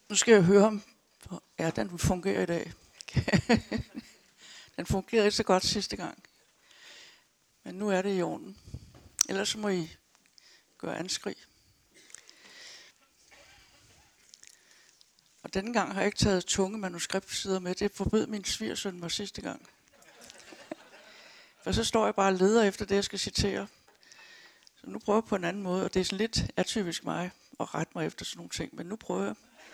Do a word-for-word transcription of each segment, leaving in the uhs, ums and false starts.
Nu skal jeg høre om, ja, den fungerer i dag. Den fungerede ikke så godt sidste gang. Men nu er det i orden. Ellers så må I gøre anskrig. Og denne gang har jeg ikke taget tunge manuskriptsider med. Det forbød min svigersøn mig sidste gang. For så står jeg bare og leder efter det, jeg skal citere. Så nu prøver jeg på en anden måde, og det er sådan lidt atypisk mig at rette mig efter sådan nogle ting, men nu prøver jeg.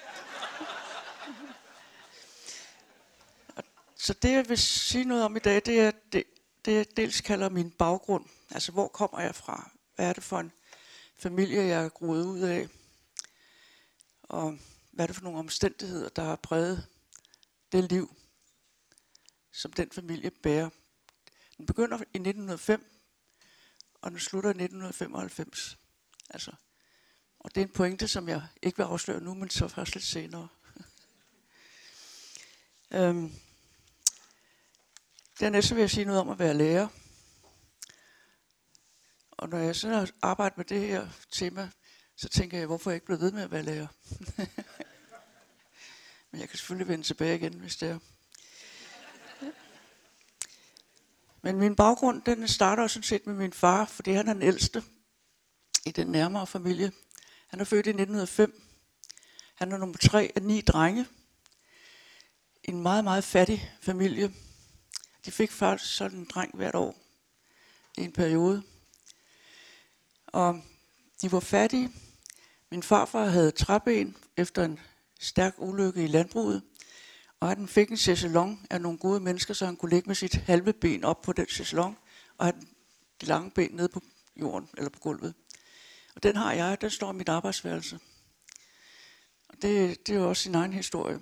Så det, jeg vil sige noget om i dag, det er det, det jeg dels kalder min baggrund. Altså, hvor kommer jeg fra? Hvad er det for en familie, jeg er groet ud af? Og hvad er det for nogle omstændigheder, der har præget det liv, som den familie bærer? Den begynder i nitten nul fem, og den slutter i nitten femoghalvfems. Altså, og det er en pointe, som jeg ikke vil afsløre nu, men så først lidt senere. øhm. Dernæst vil jeg sige noget om at være lærer. Og når jeg så har arbejdet med det her tema, så tænker jeg, hvorfor jeg ikke blev ved med at være lærer. Men jeg kan selvfølgelig vende tilbage igen, hvis det er. Men min baggrund, den starter sådan set med min far, fordi han er den ældste i den nærmere familie. Han er født i nitten nul fem. Han er nummer tre af ni drenge. En meget, meget fattig familie. De fik faktisk sådan en dreng hvert år i en periode. Og de var fattige. Min farfar havde træben efter en stærk ulykke i landbruget. Og han fik en chaiselong af nogle gode mennesker, så han kunne ligge med sit halve ben op på den chaiselong, og have de lange ben nede på jorden eller på gulvet. Og den har jeg, den står i mit arbejdsværelse. Og det, det er jo også sin egen historie.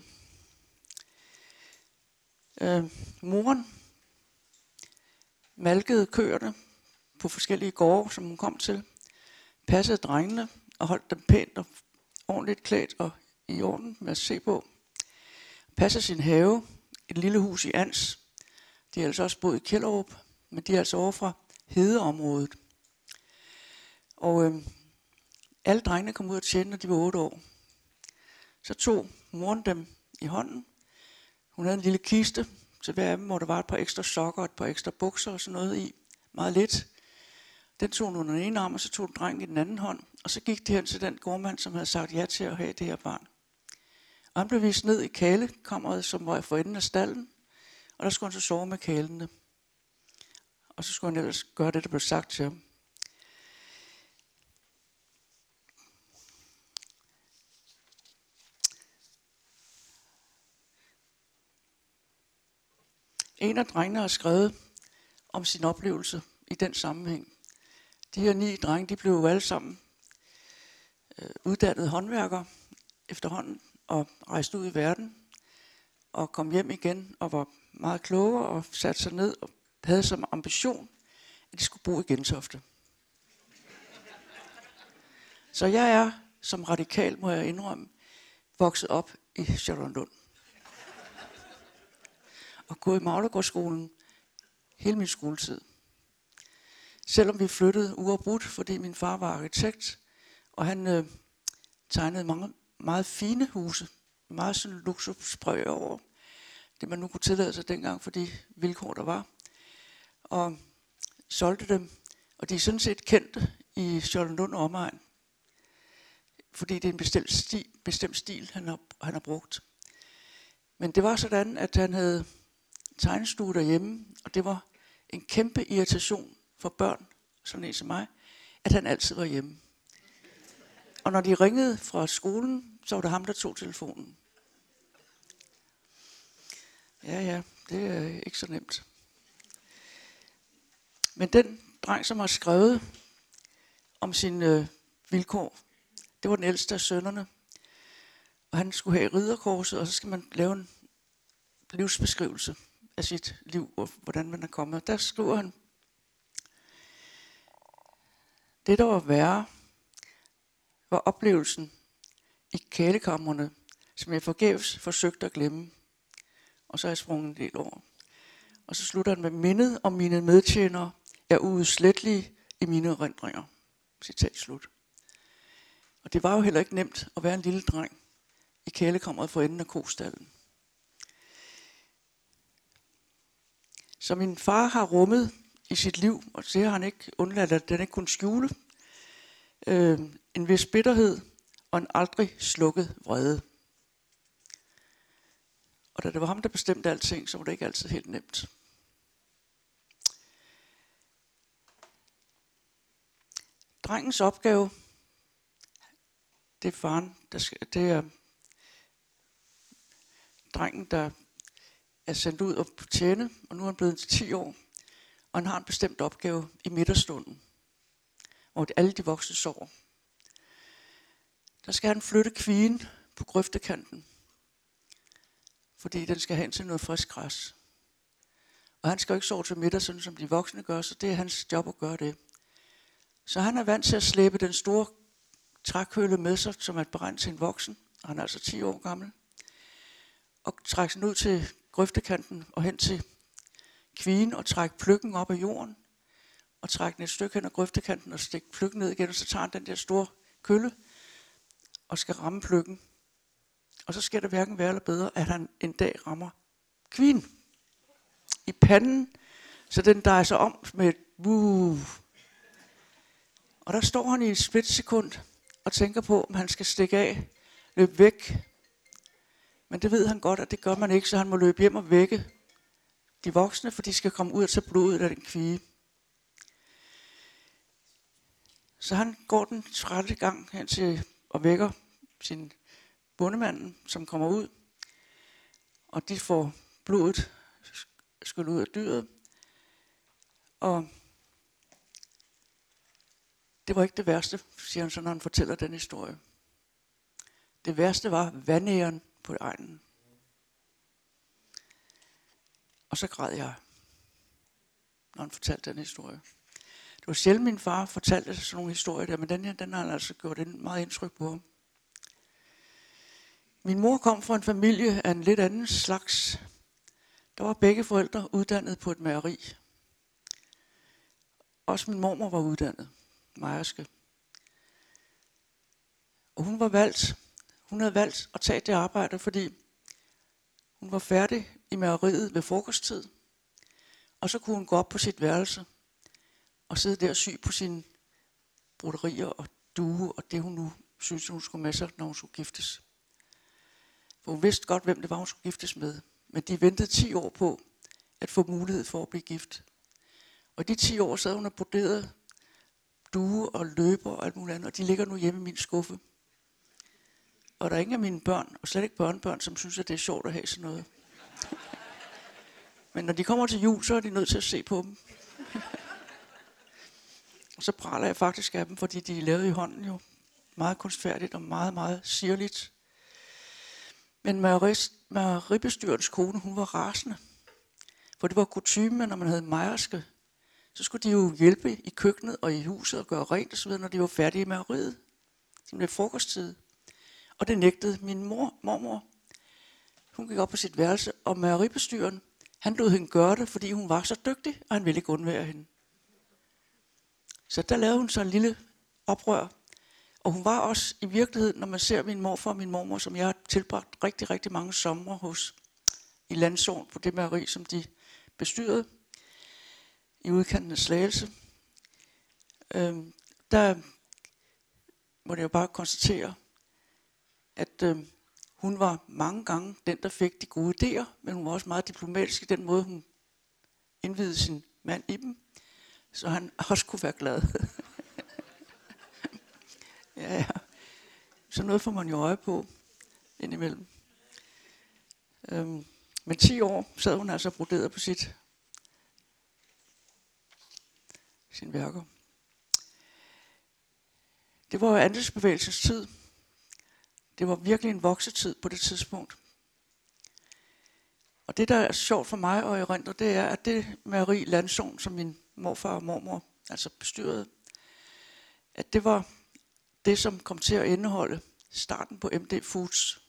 Øh, moren malkede køerne på forskellige gårde, som hun kom til, passede drengene og holdt dem pænt og ordentligt klædt og i orden med at se på. Passede sin have, et lille hus i Ans. De er altså også boet i Kjellerup, men de er altså over fra Hedeområdet. Og øh, alle drengene kom ud at tjene, når de var otte år. Så tog moren dem i hånden. Hun havde en lille kiste til hver af dem, hvor der var et par ekstra sokker og et par ekstra bukser og sådan noget i. Meget lidt. Den tog hun under den ene arm, og så tog den drengen i den anden hånd. Og så gik de hen til den gårdmand, som havde sagt ja til at have det her barn. Og han blev vist ned i kalekammeret, som var for enden af stallen. Og der skulle han så sove med kalene. Og så skulle han ellers gøre det, der blev sagt til ham. En af drengene har skrevet om sin oplevelse i den sammenhæng. De her ni drenge, de blev jo alle sammen øh, uddannede håndværkere efterhånden og rejste ud i verden og kom hjem igen og var meget klogere og satte sig ned og havde som ambition, at de skulle bo i Gentofte. Så jeg er som radikal, må jeg indrømme, vokset op i Charlottenlund. Og gået i Maglegårdsskolen hele min skoletid. Selvom vi flyttede uafbrudt, fordi min far var arkitekt, og han øh, tegnede mange meget fine huse, meget sådan luksuspræg over det, man nu kunne tillade sig dengang for de vilkår, der var. Og solgte dem, og de er sådan set kendte i Charlottenlund og omegn, fordi det er en bestemt stil, bestemt stil han, har, han har brugt. Men det var sådan, at han havde tegnestue derhjemme, og det var en kæmpe irritation for børn, sådan en som mig, at han altid var hjemme. Og når de ringede fra skolen, så var det ham, der tog telefonen. Ja, ja, det er ikke så nemt. Men den dreng, som har skrevet om sine øh, vilkår, det var den ældste af sønnerne. Og han skulle have ridderkorset, og så skal man lave en livsbeskrivelse af sit liv, og hvordan man er kommet. Der skriver han, det der var værre, var oplevelsen i kælekammerne, som jeg forgæves forsøgte at glemme. Og så er jeg sprunget en del over. Og så slutter han med, mindet om mine medtjenere er uudslettelige i mine erindringer. Citat slut. Og det var jo heller ikke nemt at være en lille dreng i kælekammeret for enden af kostallen. Så min far har rummet i sit liv, og det har han ikke undladt, at den ikke kunne skjule, øh, en vis bitterhed og en aldrig slukket vrede. Og da det var ham, der bestemte alting, så var det ikke altid helt nemt. Drengens opgave, det er faren, der skal, det er drengen, der er sendt ud og tjene, og nu er han blevet til ti år, og han har en bestemt opgave i middagsstunden, hvor alle de voksne sover. Der skal han flytte kvigen på grøftekanten, fordi den skal hen til noget frisk græs. Og han skal jo ikke sove til middag, sådan som de voksne gør, så det er hans job at gøre det. Så han er vant til at slæbe den store trækølle med sig, som er beregnet til en voksen, og han er altså ti år gammel, og trække den ud til grøftekanten og hen til kvigen og trække pløkken op af jorden, og trække den et stykke hen ad grøftekanten og stikke pløkken ned igen, og så tager han den der store kølle og skal ramme pløkken. Og så sker det hverken værre eller bedre, at han en dag rammer kvigen i panden, så den drejer sig om med et wuh. Og der står han i et splitsekund og tænker på, om han skal stikke af, løbe væk. Men det ved han godt, at det gør man ikke, så han må løbe hjem og vække de voksne, for de skal komme ud og tage blodet af den kvige. Så han går den trætte gang hen til og vækker sin bondemanden, som kommer ud, og de får blodet skyllet ud af dyret. Og det var ikke det værste, siger han så, når han fortæller den historie. Det værste var vandæren på egnen. Og så græd jeg, når han fortalte den historie. Det var sjældent, min far fortalte sådan nogle historier der, men den her, den har altså gjort en meget indtryk på ham. Min mor kom fra en familie af en lidt anden slags. Der var begge forældre uddannet på et mejeri. Også min mormor var uddannet, mejerske. Og hun var valgt, hun havde valgt at tage det arbejde, fordi hun var færdig i mejeriet ved frokosttid. Og så kunne hun gå op på sit værelse og sidde der og sy på sine broderier og due og det, hun nu syntes, hun skulle med sig, når hun skulle giftes. For hun vidste godt, hvem det var, hun skulle giftes med. Men de ventede ti år på at få mulighed for at blive gift. Og de ti år sad hun og broderede due og løber og alt muligt andet, og de ligger nu hjemme i min skuffe. Og der er ingen af mine børn, og slet ikke børnebørn, som synes, at det er sjovt at have sådan noget. Men når de kommer til jul, så er de nødt til at se på dem. Og så praler jeg faktisk af dem, fordi de er lavet i hånden jo. Meget kunstfærdigt og meget, meget sirligt. Men mejeribestyrens kone, hun var rasende. For det var kutyme, når man havde mejerske. Så skulle de jo hjælpe i køkkenet og i huset og gøre rent osv., når de var færdige i mejeriet. Det blev frokosttid. Og det nægtede min mor, mormor. Hun gik op på sit værelse, og mejeribestyren, han lod hende gøre det, fordi hun var så dygtig, og han ville ikke undvære hende. Så der lavede hun så en lille oprør. Og hun var også i virkeligheden, når man ser min morfar og min mormor, som jeg har tilbragt rigtig, rigtig mange somre hos i Landsogn på det mejeri, som de bestyrede i udkanten af Slagelse. Øhm, der må jeg jo bare konstatere, at øhm, hun var mange gange den, der fik de gode idéer, men hun var også meget diplomatisk i den måde, hun indvidede sin mand i dem, så han også kunne være glad. Ja, ja. Så noget får man jo øje på indimellem. Øhm, men ti år sad hun altså broderet på sit sine værker. Det var andelsbevægelsens tid. Det var virkelig en voksetid på det tidspunkt. Og det, der er sjovt for mig at erindre, det er, at det mejeri Landsogn, som min morfar og mormor altså bestyrede, at det var det, som kom til at indeholde starten på M D Foods.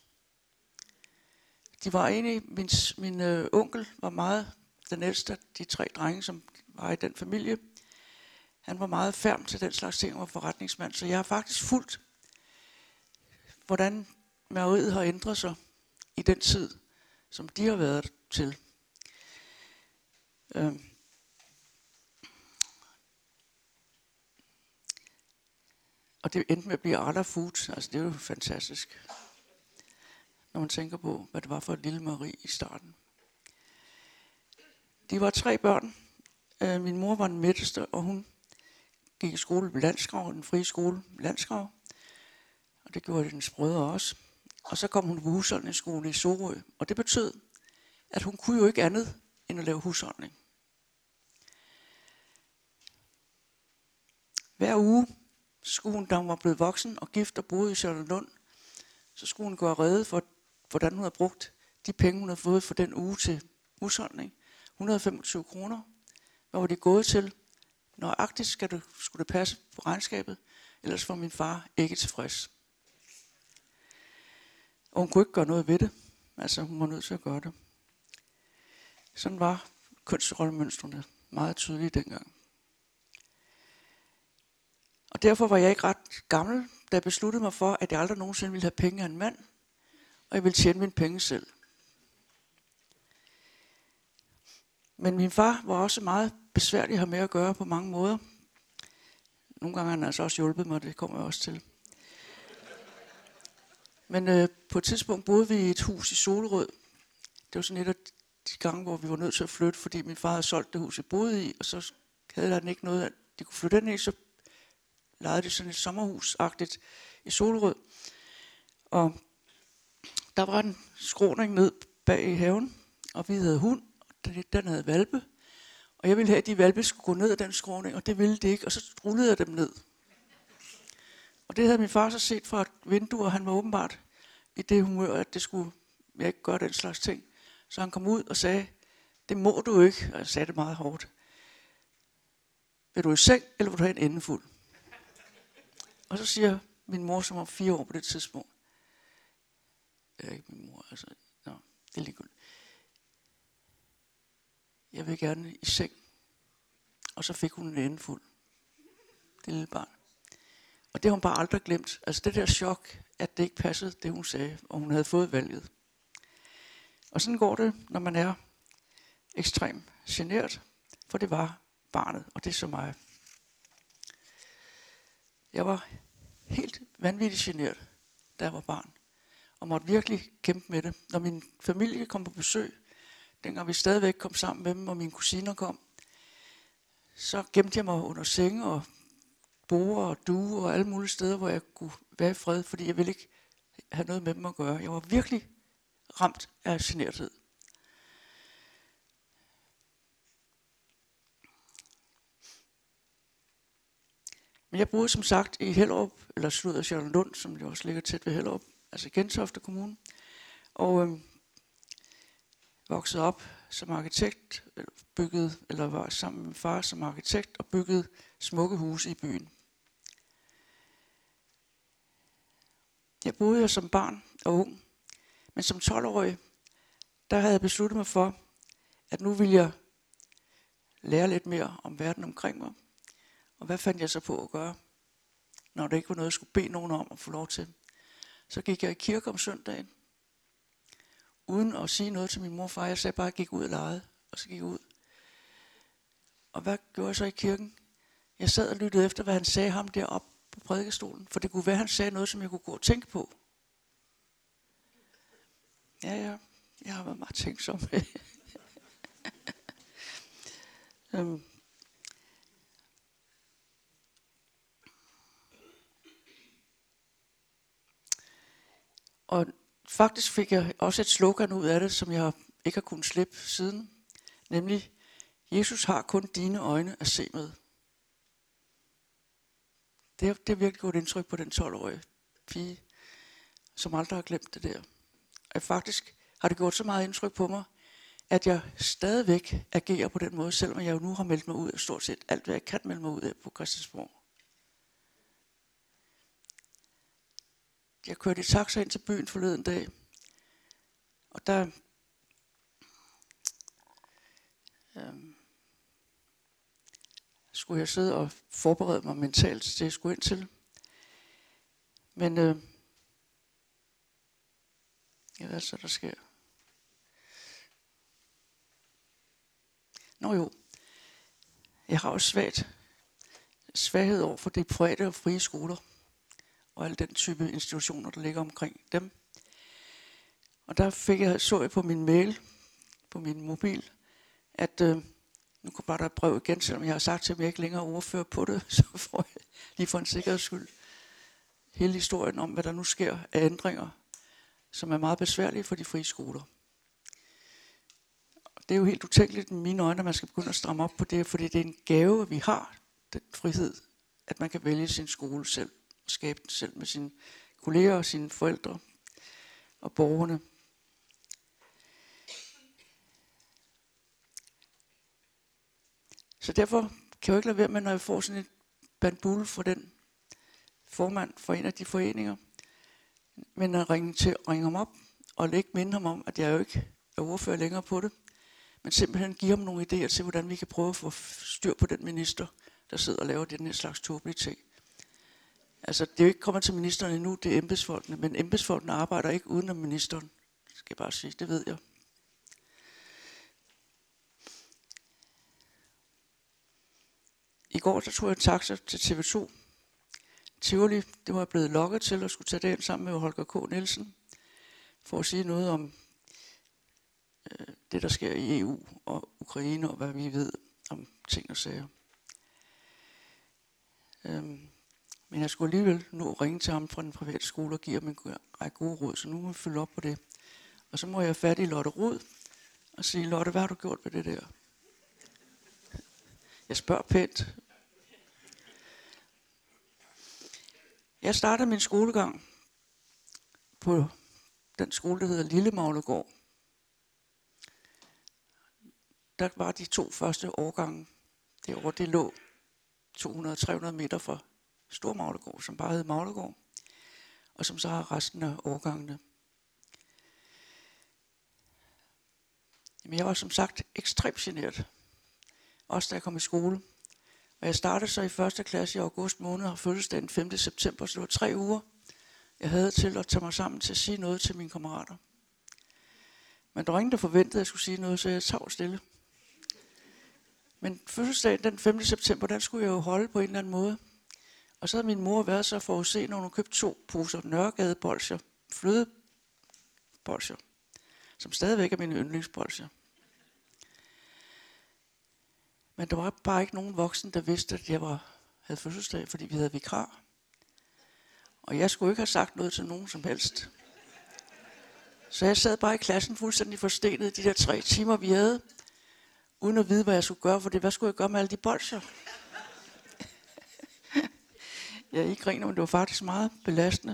De var egentlig, min, min øh, onkel var meget den ældste af de tre drenge, som var i den familie. Han var meget færm til den slags ting og var forretningsmand, så jeg har faktisk fulgt, hvordan mejeriet har ændret sig i den tid, som de har været til. Øh. Og det endte med at blive Arla Foods. Altså det er jo fantastisk, når man tænker på, hvad det var for et lille mejeri i starten. De var tre børn. Øh, min mor var den midterste, og hun gik i skole ved Landsgrav, den frie skole Landsgrav. Og det gjorde hendes brødre også. Og så kom hun på husholdningsskole i Sorø. Og det betød, at hun kunne jo ikke andet end at lave husholdning. Hver uge skulle hun, da hun var blevet voksen og gift og boede i Charlottenlund, så skulle hun gøre rede for, hvordan hun havde brugt de penge, hun havde fået for den uge til husholdning. et hundrede og femogtyve kroner. Hvad var det gået til? Nøjagtigt skal det, skulle det passe på regnskabet, ellers var min far ikke tilfreds. Og hun kunne ikke gøre noget ved det. Altså hun var nødt til at gøre det. Sådan var kønsrollemønstrene meget tydelige dengang. Og derfor var jeg ikke ret gammel, da jeg besluttede mig for, at jeg aldrig nogensinde ville have penge af en mand, og jeg ville tjene mine penge selv. Men min far var også meget besværlig at have med at gøre på mange måder. Nogle gange har han altså også hjulpet mig, det kommer jeg også til. Men øh, på et tidspunkt boede vi i et hus i Solrød. Det var sådan et af de gange, hvor vi var nødt til at flytte, fordi min far havde solgt det hus, jeg boede i, og så havde der ikke noget, at de kunne flytte ind i, så lejede de sådan et sommerhus-agtigt i Solrød. Og der var en skråning ned bag i haven, og vi havde hund, og den havde hvalpe. Og jeg ville have, at de hvalpe skulle gå ned ad den skråning, og det ville de ikke, og så rullede jeg dem ned. Og det havde min far så set fra et vindue, og han var åbenbart i det humør, at det skulle jeg ikke gøre den slags ting. Så han kom ud og sagde, det må du ikke, og jeg sagde det meget hårdt. Vil du i seng, eller vil du have en endefuld? Og så siger min mor, som var fire år på det tidspunkt, det er ikke min mor, altså, nå, det er ligegyldigt. Jeg vil gerne i seng. Og så fik hun en endefuld. Det lille barn. Og det har hun bare aldrig glemt. Altså det der chok, at det ikke passede, det hun sagde, og hun havde fået valget. Og sådan går det, når man er ekstremt genert, for det var barnet, og det er så mig. Jeg var helt vanvittigt genert, da jeg var barn, og måtte virkelig kæmpe med det. Når min familie kom på besøg, dengang vi stadigvæk kom sammen med dem, og mine kusiner kom, så gemte jeg mig under senge og borer og duer og alle mulige steder, hvor jeg kunne være i fred, fordi jeg ville ikke have noget med dem at gøre. Jeg var virkelig ramt af generthed. Men jeg boede som sagt i Hellerup, eller sludder Charlottenlund, som jo også ligger tæt ved Hellerup, altså Gentofte Kommune, og øh, voksede op som arkitekt, eller byggede, eller var sammen med min far som arkitekt, og byggede smukke huse i byen. Jeg boede her som barn og ung, men som tolv-årig, der havde jeg besluttet mig for, at nu ville jeg lære lidt mere om verden omkring mig. Og hvad fandt jeg så på at gøre, når der ikke var noget, jeg skulle bede nogen om at få lov til? Så gik jeg i kirke om søndagen, uden at sige noget til min mor og far. Jeg sagde bare, at jeg gik ud og legede, og så gik jeg ud. Og hvad gjorde jeg så i kirken? Jeg sad og lyttede efter, hvad han sagde ham deroppe på prædikestolen, for det kunne være, at han sagde noget, som jeg kunne gå og tænke på. Ja, ja, jeg har været meget tænksom. øhm. Og faktisk fik jeg også et slogan ud af det, som jeg ikke har kunnet slippe siden, nemlig, Jesus har kun dine øjne at se med. Det har, det har virkelig gjort indtryk på den tolv-årige pige, som aldrig har glemt det der. Og faktisk har det gjort så meget indtryk på mig, at jeg stadigvæk agerer på den måde, selvom jeg jo nu har meldt mig ud af stort set alt, hvad jeg kan melde mig ud af på Christiansborg. Jeg kørte i taxa ind til byen forleden dag, og der øhm, skulle jeg sidde og forberede mig mentalt til det, jeg skulle ind til. Men øh, Ja, hvad så der sker? Nå jo, jeg har jo svagt svaghed over for de private og frie skoler, og alle den type institutioner, der ligger omkring dem. Og der fik jeg, så jeg på min mail, på min mobil, at øh, nu var der et brev igen, selvom jeg har sagt til dem, at jeg ikke længere ordfører på det, så får jeg lige for en sikkerheds skyld hele historien om, hvad der nu sker af ændringer, som er meget besværlige for de frie skoler. Og det er jo helt utænkeligt i mine øjne, at man skal begynde at stramme op på det, fordi det er en gave, vi har, den frihed, at man kan vælge sin skole selv, og skabe den selv med sine kolleger og sine forældre og borgerne. Så derfor kan jeg jo ikke lade være med, når jeg får sådan et bandbulle fra den formand for en af de foreninger, men at ringe, til, ringe ham op og ikke minde ham om, at jeg jo ikke er ordfører længere på det, men simpelthen give ham nogle idéer til, hvordan vi kan prøve at få styr på den minister, der sidder og laver den her slags tåbelige ting. Altså, det er jo ikke kommet til ministeren endnu, det er embedsfolkene, men embedsfolkene arbejder ikke uden om ministeren, skal jeg bare sige, det ved jeg. I går der tog jeg en taxa til T V to. Tivoli, det var jeg blevet lokket til at skulle tage det ind sammen med Holger K. Nielsen, for at sige noget om øh, det, der sker i E U og Ukraine, og hvad vi ved om ting og sager. Øhm, men jeg skulle alligevel nu ringe til ham fra den private skole og give ham en række gode råd, så nu må vi følge op på det. Og så må jeg have fat i Lotte Rod og sige, Lotte, hvad har du gjort ved det der? Jeg spørger pænt. Jeg startede min skolegang på den skole, der hedder Lille Maglegård. Der var de to første årgange. Derovre det lå to hundrede til tre hundrede meter fra Stor Maglegård, som bare hed Maglegård, og som så har resten af årgangene. Jamen, jeg var som sagt ekstremt genert, også da jeg kom i skole. Og jeg startede så i første klasse i august måned og fødselsdag den femte september, så det var tre uger, jeg havde til at tage mig sammen til at sige noget til mine kammerater. Men der var ingen, der forventede, at jeg skulle sige noget, så jeg tog stille. Men fødselsdagen den femte september, den skulle jeg jo holde på en eller anden måde. Og så havde min mor været så forudseende, når hun købte to poser Nørregade-bolsjer, flødebolsjer, som stadigvæk er mine yndlingsbolsjer. Men der var bare ikke nogen voksen, der vidste, at jeg var, havde fødselsdag, fordi vi havde vikar. Og jeg skulle ikke have sagt noget til nogen som helst. Så jeg sad bare i klassen fuldstændig forstenet de der tre timer, vi havde, uden at vide, hvad jeg skulle gøre, for det. Hvad skulle jeg gøre med alle de bolsjer? Jeg ikke griner, men det var faktisk meget belastende.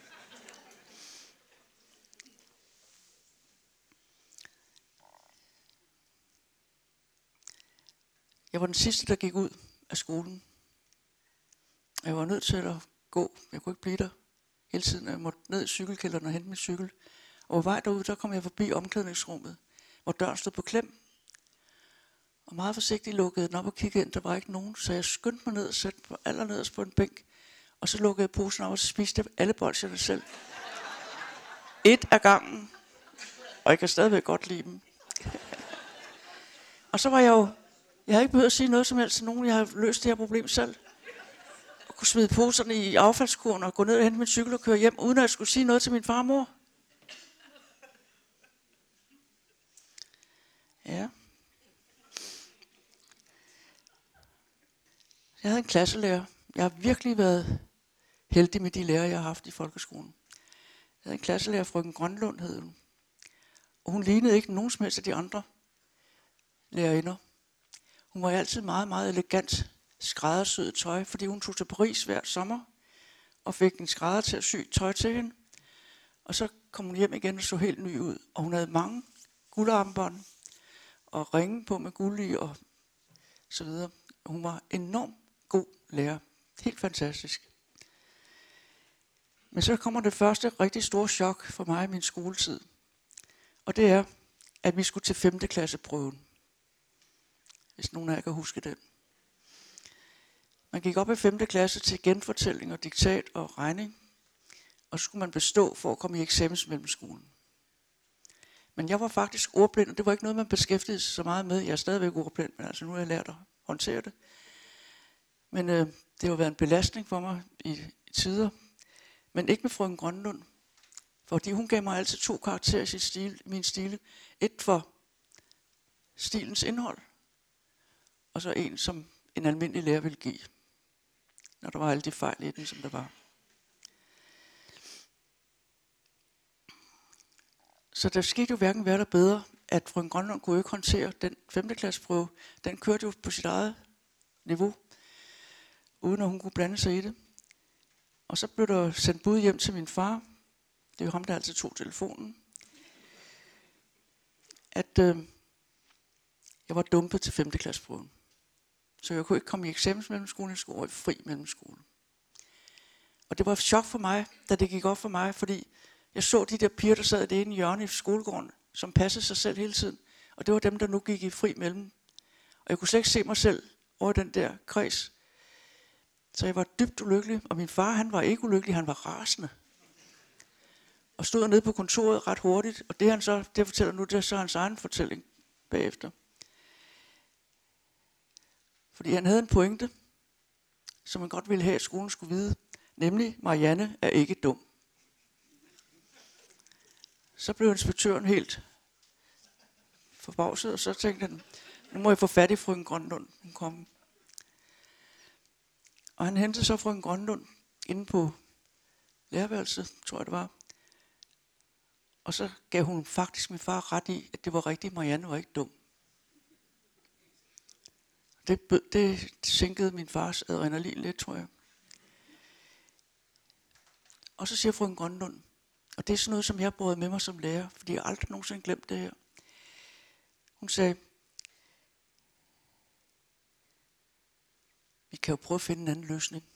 Jeg var den sidste, der gik ud af skolen. Jeg var nødt til at gå. Jeg kunne ikke blive der hele tiden. Jeg måtte ned i cykelkælderen og hente min cykel. Og på vej derude, der kom jeg forbi omklædningsrummet, hvor døren stod på klem. Og meget forsigtigt lukkede den op og kiggede ind. Der var ikke nogen, så jeg skyndte mig ned og satte mig allernederst på en bænk. Og så lukkede jeg posen op, og så spiste jeg alle bolsjerne selv. Et af gangen. Og jeg kan stadigvæk godt lide dem. Og så var jeg jo... Jeg havde ikke behøvet at sige noget som helst til nogen. Jeg havde løst det her problem selv. Og kunne smide poserne i affaldskurven og gå ned og hente min cykel og køre hjem, uden at jeg skulle sige noget til min far og mor. Ja. Jeg havde en klasselærer. Jeg har virkelig været heldig med de lærere, jeg har haft i folkeskolen. Jeg havde en klasselærer, frøken Grønlund hed hun. Og hun lignede ikke nogen som helst af de andre lærerinder. Hun var altid meget, meget elegant, skræddersyet tøj, fordi hun tog til Paris hver sommer og fik en skrædder til at sy tøj til hende. Og så kom hun hjem igen og så helt ny ud. Og hun havde mange guldarmbånd og ringe på med guld i og så videre. Hun var enormt god lærer. Helt fantastisk. Men så kommer det første rigtig store chok for mig i min skoletid. Og det er, at vi skulle til femte klasseprøven. Hvis nogen af jer kan huske den. Man gik op i femte klasse til genfortælling og diktat og regning. Og så skulle man bestå for at komme i eksamensmellemskolen. Men jeg var faktisk ordblind, og det var ikke noget, man beskæftigede sig så meget med. Jeg er stadigvæk ordblind, men altså nu har jeg lært at håndtere det. Men øh, det har været en belastning for mig i, i tider. Men ikke med frøken Grønlund. Fordi hun gav mig altid to karakterer i sin stil, min stile. Et for stilens indhold, og så en, som en almindelig lærer ville give. Når der var alle de fejl i den, som der var. Så der skete jo hverken værre eller bedre, at frøken Grønlund kunne ikke håndtere den femte klasseprøve. Den kørte jo på sit eget niveau, uden at hun kunne blande sig i det. Og så blev der sendt bud hjem til min far. Det er jo ham, der altid tog telefonen. At øh, jeg var dumpet til femte klasseprøven. Så jeg kunne ikke komme i eksamensmellemskolen, jeg skulle over i fri mellemskole. Og det var et chok for mig, da det gik op for mig, fordi jeg så de der piger, der sad i det ene hjørne i skolegården, som passede sig selv hele tiden. Og det var dem, der nu gik i fri mellem. Og jeg kunne slet ikke se mig selv over den der kreds. Så jeg var dybt ulykkelig, og min far, han var ikke ulykkelig, han var rasende. Og stod nede på kontoret ret hurtigt, og det han så, det fortæller nu, det er så hans egen fortælling bagefter. Fordi han havde en pointe, som man godt ville have, at skolen skulle vide, nemlig, Marianne er ikke dum. Så blev inspektøren helt forbavset, og så tænkte han, nu må jeg få fat i frøken Grønlund. Hun kom. Og han hentede så frøken Grønlund inde på lærerværelset, tror jeg det var. Og så gav hun faktisk min far ret i, at det var rigtigt, Marianne var ikke dum. Det, det sænkede min fars adrenalin lidt, tror jeg. Og så siger frøken Grønlund, og det er sådan noget, som jeg har båret med mig som lærer, fordi jeg aldrig nogensinde glemt det her. Hun sagde, vi kan jo prøve at finde en anden løsning.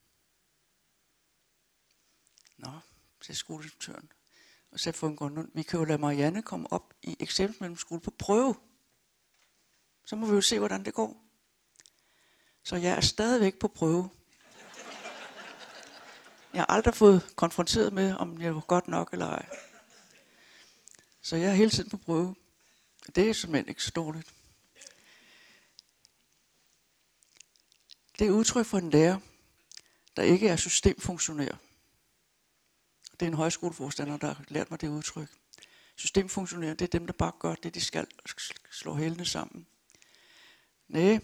Nå, sagde skoleinspektøren. Og sagde frøken Grønlund, vi kan jo lade Marianne komme op i eksamensmellemskole på prøve. Så må vi jo se, hvordan det går. Så jeg er stadigvæk på prøve. Jeg har aldrig fået konfronteret med, om jeg var godt nok eller ej. Så jeg er hele tiden på prøve. Det er simpelthen ikke så dårligt. Det er udtryk for en lærer, der ikke er systemfunktionær. Det er en højskoleforstander, der har lært mig det udtryk. Systemfunktionær, det er dem, der bare gør det, de skal, slå hælene sammen. Næh.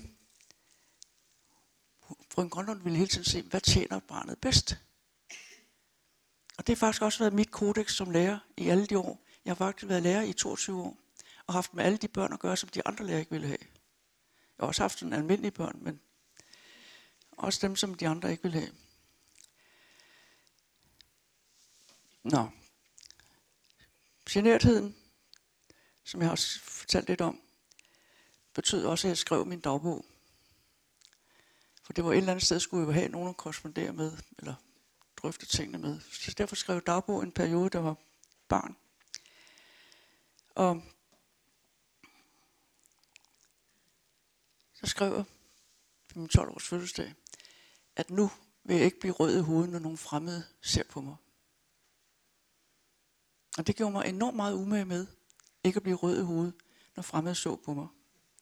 Frøken Grønlund ville hele tiden se, hvad tjener barnet bedst. Og det har faktisk også været mit kodex som lærer i alle de år. Jeg har faktisk været lærer i toogtyve år, og haft med alle de børn at gøre, som de andre lærere ikke ville have. Jeg har også haft sådan almindelige børn, men også dem, som de andre ikke ville have. Nå. Genertheden, som jeg har fortalt lidt om, betød også, at jeg skrev min dagbog. For det var et eller andet sted, skulle jeg have nogen at korrespondere med, eller drøfte tingene med. Så derfor skrev jeg dagbog en periode, der var barn. Og så skrev jeg på min tolv års fødselsdag, at nu vil jeg ikke blive rød i hovedet, når nogen fremmede ser på mig. Og det gjorde mig enormt meget umage med, ikke at blive rød i hovedet, når fremmede så på mig.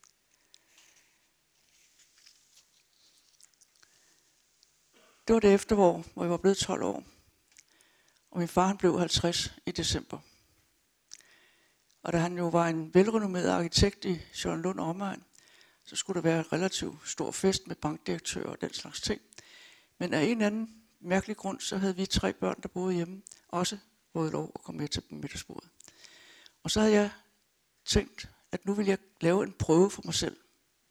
Det var det efterår, hvor jeg var blevet tolv år. Og min far han blev halvtreds i december. Og da han jo var en velrenommeret arkitekt i Charlottenlund og omegn, så skulle der være en relativt stor fest med bankdirektører og den slags ting. Men af en eller anden mærkelig grund, så havde vi tre børn, der boede hjemme, også fået lov at komme med til middagsbordet. Og så havde jeg tænkt, at nu ville jeg lave en prøve for mig selv.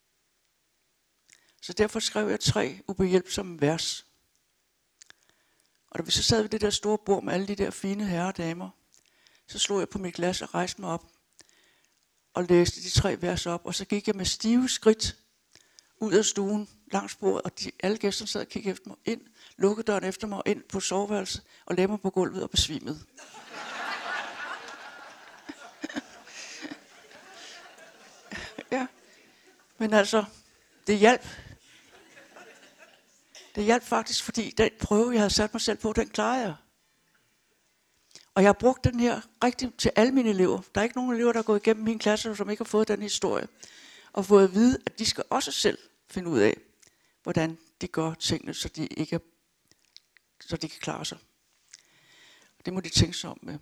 Så derfor skrev jeg tre ubehjælpsomme vers. Og da vi så sad ved det der store bord med alle de der fine herrer og damer, så slog jeg på mit glas og rejste mig op og læste de tre vers op. Og så gik jeg med stive skridt ud af stuen langs bordet, og de, alle gæsterne sad og kiggede efter mig ind, lukkede døren efter mig ind på soveværelset og lagde mig på gulvet og besvimede. Ja, men altså, det hjalp. Det hjalp faktisk, fordi den prøve, jeg havde sat mig selv på, den klarede jeg. Og jeg har brugt den her rigtig til alle mine elever. Der er ikke nogen elever, der er gået igennem min klasse, som ikke har fået den historie. Og fået at vide, at de skal også selv finde ud af, hvordan de gør tingene, så de, ikke er, så de kan klare sig. Det må de tænke sig om med.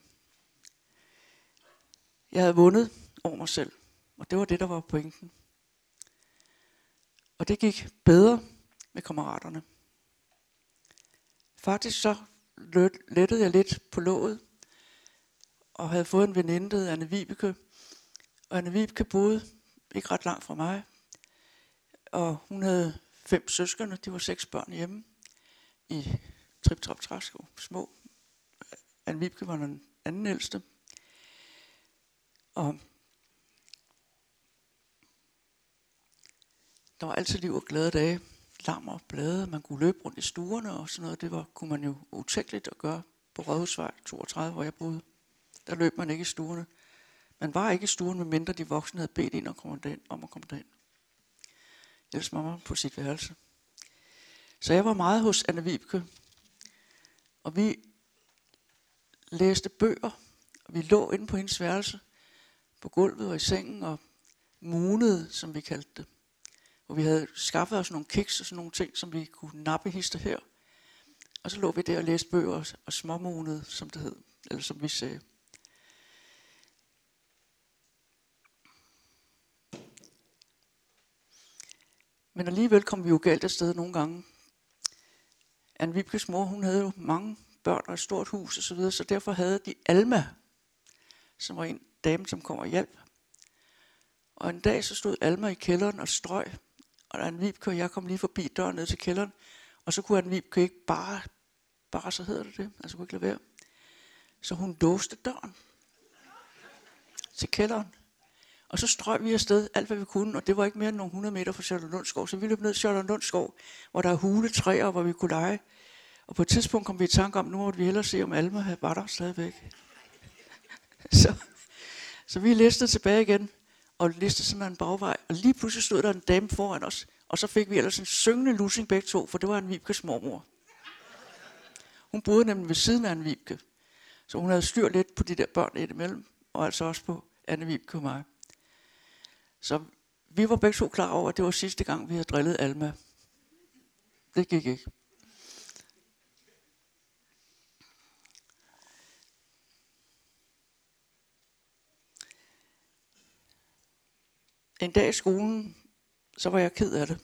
Jeg havde vundet over mig selv, og det var det, der var pointen. Og det gik bedre med kammeraterne. Faktisk så lettede jeg lidt på låget, og havde fået en veninde, der hed Anne Vibeke. Og Anne Vibeke boede ikke ret langt fra mig, og hun havde fem søskende, de var seks børn hjemme i Trip Trop Træsko, små. Anne Vibeke var den anden ældste. Og der var altid liv og glade dage, lammer og blade, man kunne løbe rundt i stuerne og sådan noget, det var, kunne man jo utænkeligt at gøre på Rådhusvej toogtredive, hvor jeg boede. Der løb man ikke i stuerne. Man var ikke i stuen, medmindre de voksne havde bedt ind og kom derind, om at komme derind. Ellers var man på sit værelse. Så jeg var meget hos Anne Vibeke, og vi læste bøger, og vi lå inde på hendes værelse, på gulvet og i sengen, og munede, som vi kaldte det. Og vi havde skaffet os nogle kiks og sådan nogle ting, som vi kunne nappe hister her. Og så lå vi der og læste bøger og, og småmunede, som det hed, eller som vi sagde. Men alligevel kom vi jo galt af sted nogle gange. Anne Vibkes mor, hun havde jo mange børn og et stort hus og så videre, så derfor havde de Alma, som var en dame, som kom og hjalp. Og en dag så stod Alma i kælderen og strøg, og Anne Vibke og jeg kom lige forbi døren ned til kælderen, og så kunne Anne Vibke ikke bare, bare så hedder det det, altså kunne ikke lade være. Så hun låste døren til kælderen. Og så strøg vi afsted alt, hvad vi kunne, og det var ikke mere end nogle hundrede meter fra Charlottenlund, så vi løb ned til Charlottenlund, hvor der er huletræer, hvor vi kunne lege. Og på et tidspunkt kom vi i tanke om, nu måtte vi hellere se, om Alma var der stadigvæk. så, så vi listede tilbage igen, og listede sådan en bagvej, og lige pludselig stod der en dame foran os, og så fik vi ellers en syngende lussing begge to, for det var en Vibkes mormor. Hun boede nemlig ved siden af en Vibke, så hun havde styr lidt på de der børn indimellem, og altså også på Anne Vibke og mig. Så vi var begge to klar over, at det var sidste gang, vi havde drillet Alma. Det gik ikke. En dag i skolen, så var jeg ked af det.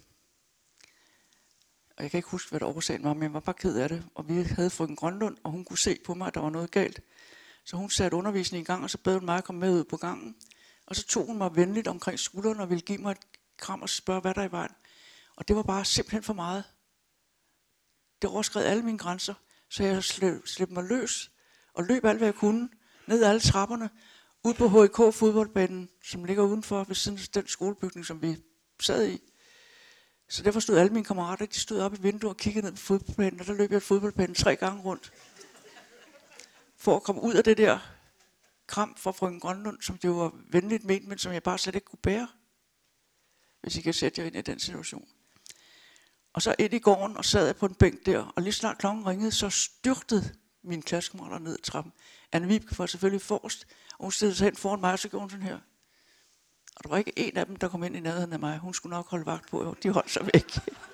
Og jeg kan ikke huske, hvad der årsagen var, men jeg var bare ked af det. Og vi havde frøken Grønlund, og hun kunne se på mig, at der var noget galt. Så hun satte undervisningen i gang, og så bad hun mig at komme med ud på gangen. Og så tog hun mig venligt omkring skulderen og ville give mig et kram og spørge, hvad der er i vejen. Og det var bare simpelthen for meget. Det overskred alle mine grænser, så jeg slæbte mig løs og løb alt, hvad jeg kunne, ned ad alle trapperne, ud på H I K fodboldbanen, som ligger udenfor ved siden af den skolebygning, som vi sad i. Så derfor stod alle mine kammerater, de stod op i vinduet og kiggede ned på fodboldbanen, og der løb jeg fodboldbanen tre gange rundt. For at komme ud af det der kram fra frøken Grønlund, som det var venligt ment, men som jeg bare slet ikke kunne bære, hvis I kan sætte jer ind i den situation. Og så ind i gården, og sad jeg på en bænk der, og lige snart klokken ringede, så styrtede mine klassekammerater ned ad trappen. Anne Vibke var selvfølgelig forrest, og hun stillede sig hen foran mig, og så gjorde hun sådan her. Og der var ikke en af dem, der kom ind i nærheden af mig. Hun skulle nok holde vagt på, og de holdt sig væk.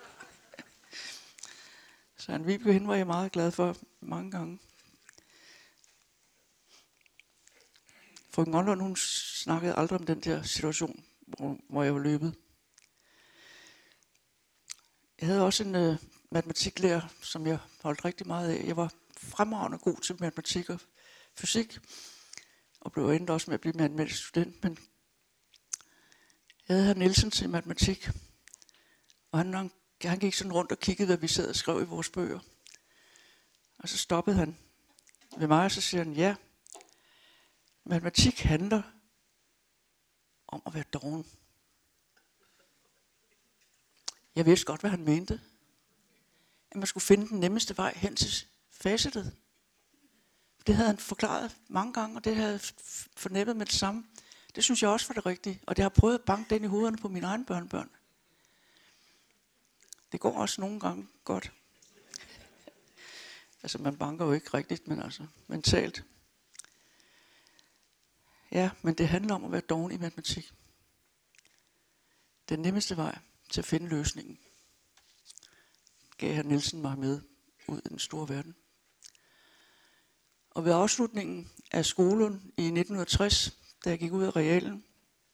Så Anne Vibke, hende var jeg meget glad for mange gange. Frøken Grønlund, hun snakkede aldrig om den der situation, hvor, hvor jeg var løbet. Jeg havde også en øh, matematiklærer, som jeg holdt rigtig meget af. Jeg var fremragende god til matematik og fysik, og blev endt også med at blive matematisk student. Men jeg havde herr Nielsen til matematik, og han, han, han gik sådan rundt og kiggede, hvad vi sad og skrev i vores bøger. Og så stoppede han ved mig, og så siger han, ja, matematik handler om at være doven. Jeg vidste godt, hvad han mente. At man skulle finde den nemmeste vej hen til facetet. Det havde han forklaret mange gange, og det havde jeg fornemmet med det samme. Det synes jeg også var det rigtige, og det har prøvet at banke den i hovederne på mine egne børnebørn. Det går også nogle gange godt. Altså man banker jo ikke rigtigt, men altså mentalt. Ja, men det handler om at være doven i matematik. Den nemmeste vej til at finde løsningen gav herr Nielsen mig med ud i den store verden. Og ved afslutningen af skolen i nitten tres, da jeg gik ud af realen,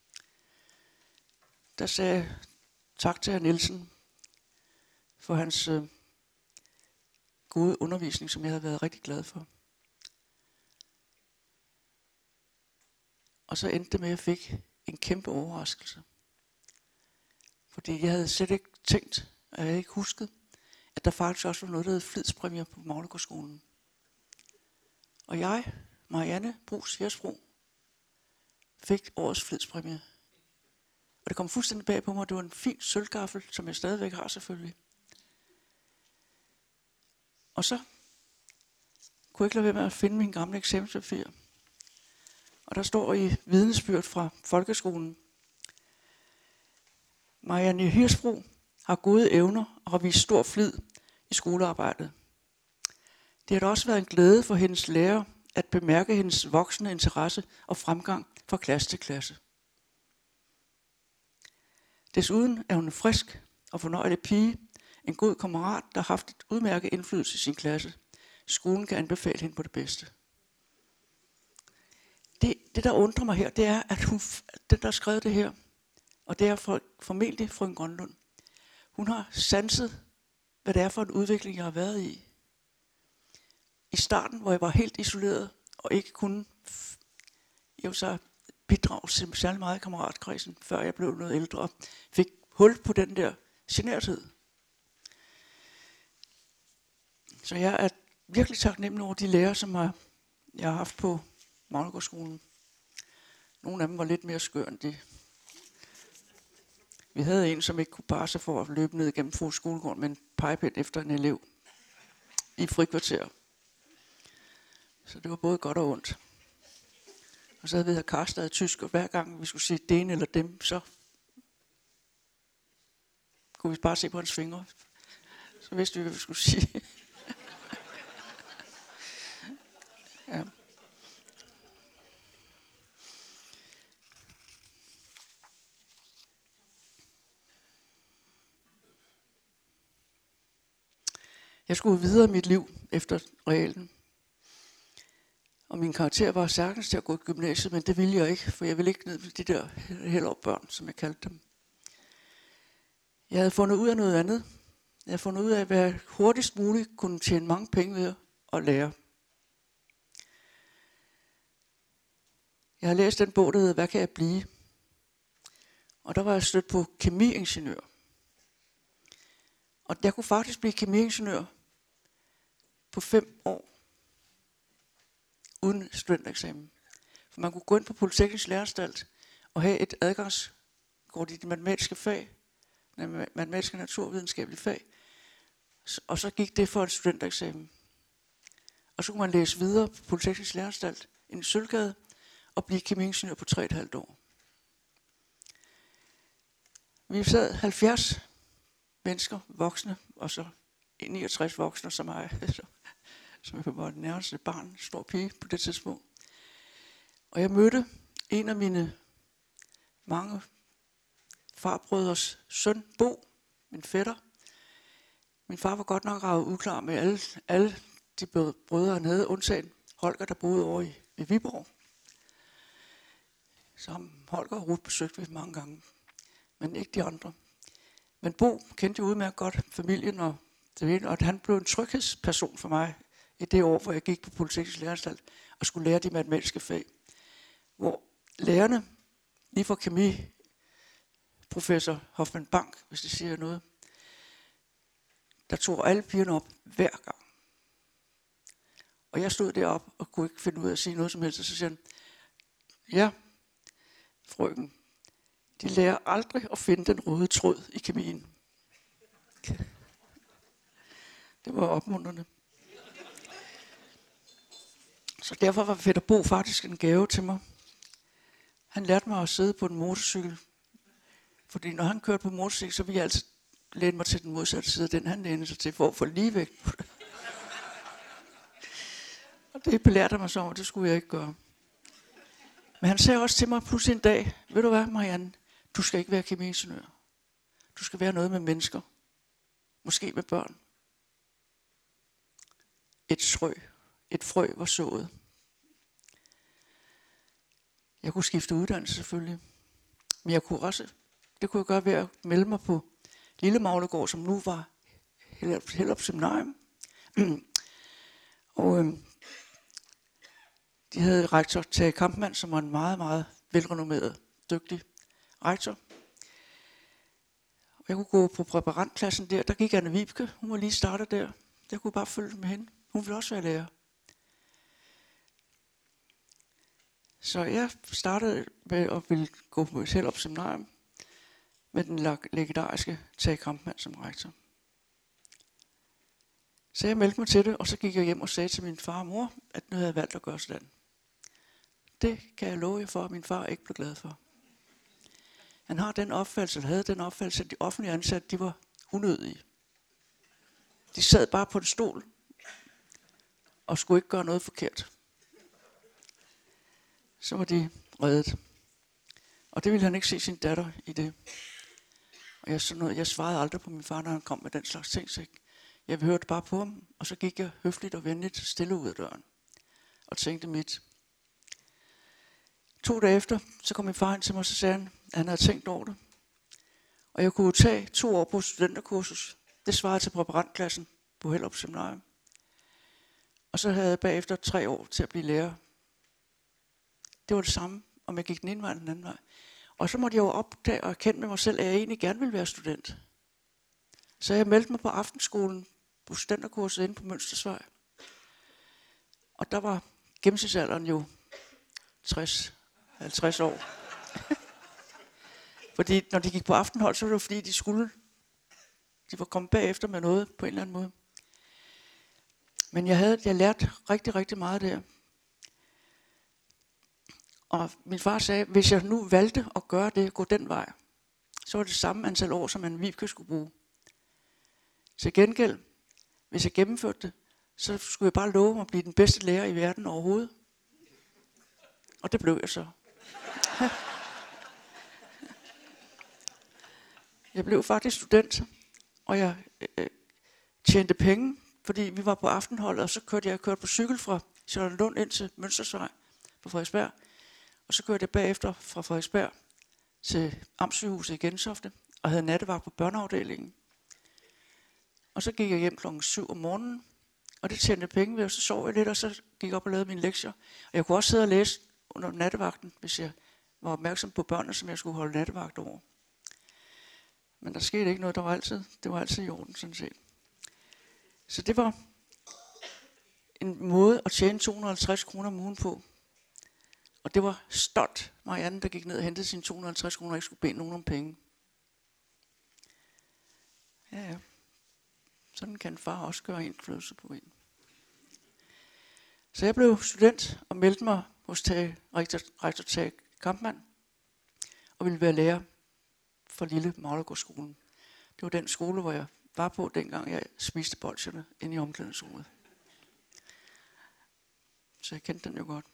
der sagde jeg tak til herr Nielsen for hans øh, gode undervisning, som jeg havde været rigtig glad for. Og så endte det med, at jeg fik en kæmpe overraskelse. Fordi jeg havde slet ikke tænkt, og jeg havde ikke husket, at der faktisk også var noget, der hed flidspræmier på Maglegårdsskolen. Og jeg, Marianne Brugs Jersbro, fik årets flidspræmie. Og det kom fuldstændig bag på mig. Det var en fin sølvgaffel, som jeg stadigvæk har selvfølgelig. Og så kunne jeg ikke lade være med at finde min gamle eksamenspapir. Og der står i vidnesbyrd fra folkeskolen: Marianne Hirsbro har gode evner og har vist stor flid i skolearbejdet. Det har da også været en glæde for hendes lærer at bemærke hendes voksende interesse og fremgang fra klasse til klasse. Desuden er hun en frisk og fornøjelig pige, en god kammerat, der har haft et udmærket indflydelse i sin klasse. Skolen kan anbefale hende på det bedste. Det, det der undrer mig her, det er, at hun, den der har skrevet det her, og det er for, formentlig frøken Grønlund, hun har sanset, hvad det er for en udvikling, jeg har været i. I starten, hvor jeg var helt isoleret, og ikke kunne jeg så bidrage til særlig meget i kammeratskredsen, før jeg blev noget ældre, og fik hul på den der generthed. Så jeg er virkelig taknemmelig over de lærere, som jeg har haft på Maglegårdsskolen. Nogle af dem var lidt mere skør end de. Vi havde en, som ikke kunne bare sig for at løbe ned gennem Fros skolegården med en pegepind efter en elev i frikvarter. Så det var både godt og ondt. Og så havde vi her Karstad i tysk, og hver gang vi skulle sige den eller dem, så kunne vi bare se på hans fingre. Så vidste vi, hvad vi skulle sige. Ja. Jeg skulle videre i mit liv efter realen. Og min karakter var sagtens til at gå i gymnasiet, men det ville jeg ikke, for jeg ville ikke ned med de der helårbørn, som jeg kaldte dem. Jeg havde fundet ud af noget andet. Jeg havde fundet ud af, hvad jeg hurtigst muligt kunne tjene mange penge ved at lære. Jeg har læst den bog, der hedder Hvad kan jeg blive? Og der var jeg stødt på kemiingeniør. Og jeg kunne faktisk blive kemiingeniør på fem år. Uden studentereksamen. For man kunne gå ind på Polyteknisk Læreanstalt og have et adgangskort i de matematiske fag, matematiske og naturvidenskabelige fag, og så gik det for en studentereksamen. Og så kunne man læse videre på Polyteknisk Læreanstalt ind i Sølvgade og blive kemiingeniør på tre og et halvt år. Vi sad halvfjerds mennesker, voksne, og så niogtres voksne som mig, som jeg var det nærmeste barn, stor pige på det tidspunkt. Og jeg mødte en af mine mange farbrødres søn, Bo, min fætter. Min far var godt nok ravet uklar med alle, alle de brødre, han havde, undtagen Holger, der boede over i, i Viborg. Så ham Holger og Ruth besøgte vi mange gange, men ikke de andre. Men Bo kendte jo udmærket godt familien, og, det, og han blev en tryghedsperson for mig i det år, hvor jeg gik på Polyteknisk Læreanstalt og skulle lære de matematiske fag. Hvor lærerne, lige fra kemi, professor Hoffmann Bank, hvis det siger noget, der tog alle pigerne op hver gang. Og jeg stod deroppe og kunne ikke finde ud af at sige noget som helst, og så siger han, ja, frøken, de lærer aldrig at finde den røde tråd i kemien. Det var opmuntrende. Så derfor var fætter Bo faktisk en gave til mig. Han lærte mig at sidde på en motorcykel. Fordi når han kørte på motorcykel, så ville jeg altid læne mig til den modsatte side af den, han lænede sig til, for at få ligevægt på det. Og det belærte mig så, og det skulle jeg ikke gøre. Men han sagde også til mig pludselig en dag, ved du hvad, Marianne, du skal ikke være kemiingeniør. Du skal være noget med mennesker. Måske med børn. Et frø. Et frø var sået. Jeg kunne skifte uddannelse selvfølgelig. Men jeg kunne også, det kunne jeg gøre ved at melde mig på Lille Maglegård, som nu var Hellerup Seminarium. Og øhm, de havde rektor Tage Kampmann, som var en meget, meget velrenommeret, dygtig rektor. Jeg kunne gå på præparantklassen der. Der gik Anne Vibke. Hun var lige startet der. Jeg kunne bare følge med hende. Hun ville også være lærer. Så jeg startede med at ville gå på et Hellerup Seminarium med den legendariske Tage Kampmann som rektor. Så jeg meldte mig til det, og så gik jeg hjem og sagde til min far og mor, at nu havde jeg valgt at gøre sådan. Det kan jeg love jer for, at min far ikke blev glad for. Han har den opfattelse, eller havde den opfattelse, at de offentlige ansatte, de var unødige. De sad bare på en stol og skulle ikke gøre noget forkert. Så var de reddet. Og det ville han ikke se sin datter i det. Og jeg, sådan noget, jeg svarede aldrig på min far, når han kom med den slags ting. Så jeg hørte bare på ham, og så gik jeg høfligt og venligt stille ud af døren. Og tænkte mit. To dage efter, så kom min far ind til mig, og så sagde han, at han havde tænkt over det. Og jeg kunne tage to år på studenterkursus. Det svarede til præparantklassen på Hellerup Seminarium. Og så havde jeg bagefter tre år til at blive lærer. Det var det samme, om jeg gik den ene vej eller den anden vej. Og så måtte jeg jo opdage og erkende med mig selv, at jeg egentlig gerne ville være student. Så jeg meldte mig på aftenskolen på studenterkurset inde på Mønstersvej. Og der var gennemsnitsalderen jo tres halvtreds år. Fordi når de gik på aftenhold, så var det jo fordi, de skulle. De var kommet bagefter med noget på en eller anden måde. Men jeg havde, jeg lærte rigtig, rigtig meget der. Og min far sagde, hvis jeg nu valgte at gøre det, gå den vej, så var det samme antal år, som en Vibke skulle bruge. Til gengæld, hvis jeg gennemførte det, så skulle jeg bare love mig at blive den bedste lærer i verden overhovedet. Og det blev jeg så. Jeg blev faktisk student, og jeg øh, tjente penge, fordi vi var på aftenholdet, og så kørte jeg kørte på cykel fra Charlottenlund ind til Mønstersvej på Frederiksberg. Og så kørte jeg bagefter fra Frederiksberg til Amtssygehuset i Gentofte, og havde nattevagt på børneafdelingen. Og så gik jeg hjem klokken syv om morgenen, og det tjente penge ved, og så sov jeg lidt, og så gik jeg op og lavede mine lektier. Og jeg kunne også sidde og læse under nattevagten, hvis jeg var opmærksom på børnene, som jeg skulle holde nattevagt over. Men der skete ikke noget, der var altid, det var altid i orden, sådan set. Så det var en måde at tjene to hundrede og halvtreds kroner om ugen på. Og det var stolt Marianne, der gik ned og hentede sine to hundrede og halvtreds kroner, og ikke skulle bede nogen om penge. Ja, ja. Sådan kan far også gøre indflydelse på en. Så jeg blev student og meldte mig hos Tage, rektor, rektor Tage Kampmann, og ville være lærer for Lille Maglegårdsskolen. Det var den skole, hvor jeg var på, dengang jeg spiste bolsjerne inde i omklædningsrummet. Så jeg kendte den jo godt.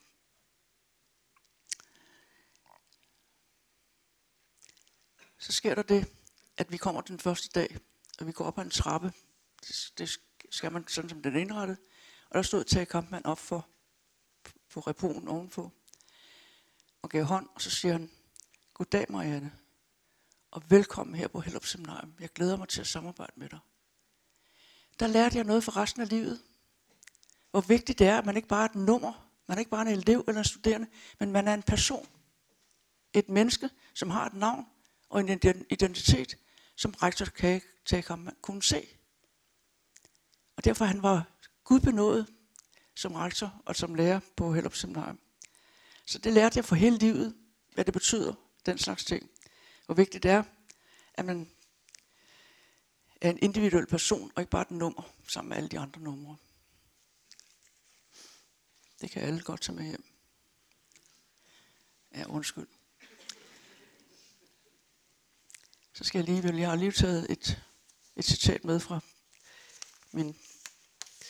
Så sker der det, at vi kommer den første dag, og vi går op ad en trappe. Det, det skal man sådan, som den er indrettet. Og der stod Tage Kampmann op for, på repoen ovenpå, og gav hånd, og så siger han, goddag Marianne, og velkommen her på Hellerup Seminarium. Jeg glæder mig til at samarbejde med dig. Der lærte jeg noget for resten af livet. Hvor vigtigt det er, at man ikke bare er et nummer, man er ikke bare en elev eller en studerende, men man er en person. Et menneske, som har et navn og en identitet, som rektor Tage Kampmann kunne se. Og derfor han var Gud benådet som rektor og som lærer på Hellerup Seminarium. Så det lærte jeg for hele livet, hvad det betyder, den slags ting. Hvor vigtigt det er, at man er en individuel person, og ikke bare et nummer, sammen med alle de andre numre. Det kan alle godt tage med hjem. Ja, undskyld. Så skal jeg lige, jeg har lige taget et, et citat med fra min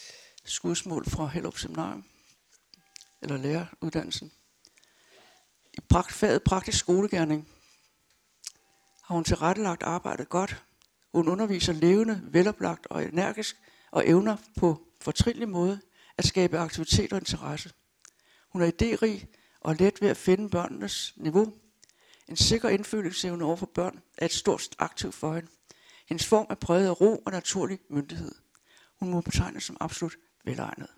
skudsmål fra Hellerup Seminarium, eller læreruddannelsen. I prakt, faget praktisk skolegerning har hun tilrettelagt arbejdet godt. Hun underviser levende, veloplagt og energisk og evner på fortrinlig måde at skabe aktivitet og interesse. Hun er idérig og let ved at finde børnenes niveau. En sikker indfølelsesevne over for børn er et stort aktiv for hende. Hendes form er præget af ro og naturlig myndighed. Hun må betegnes som absolut velegnet.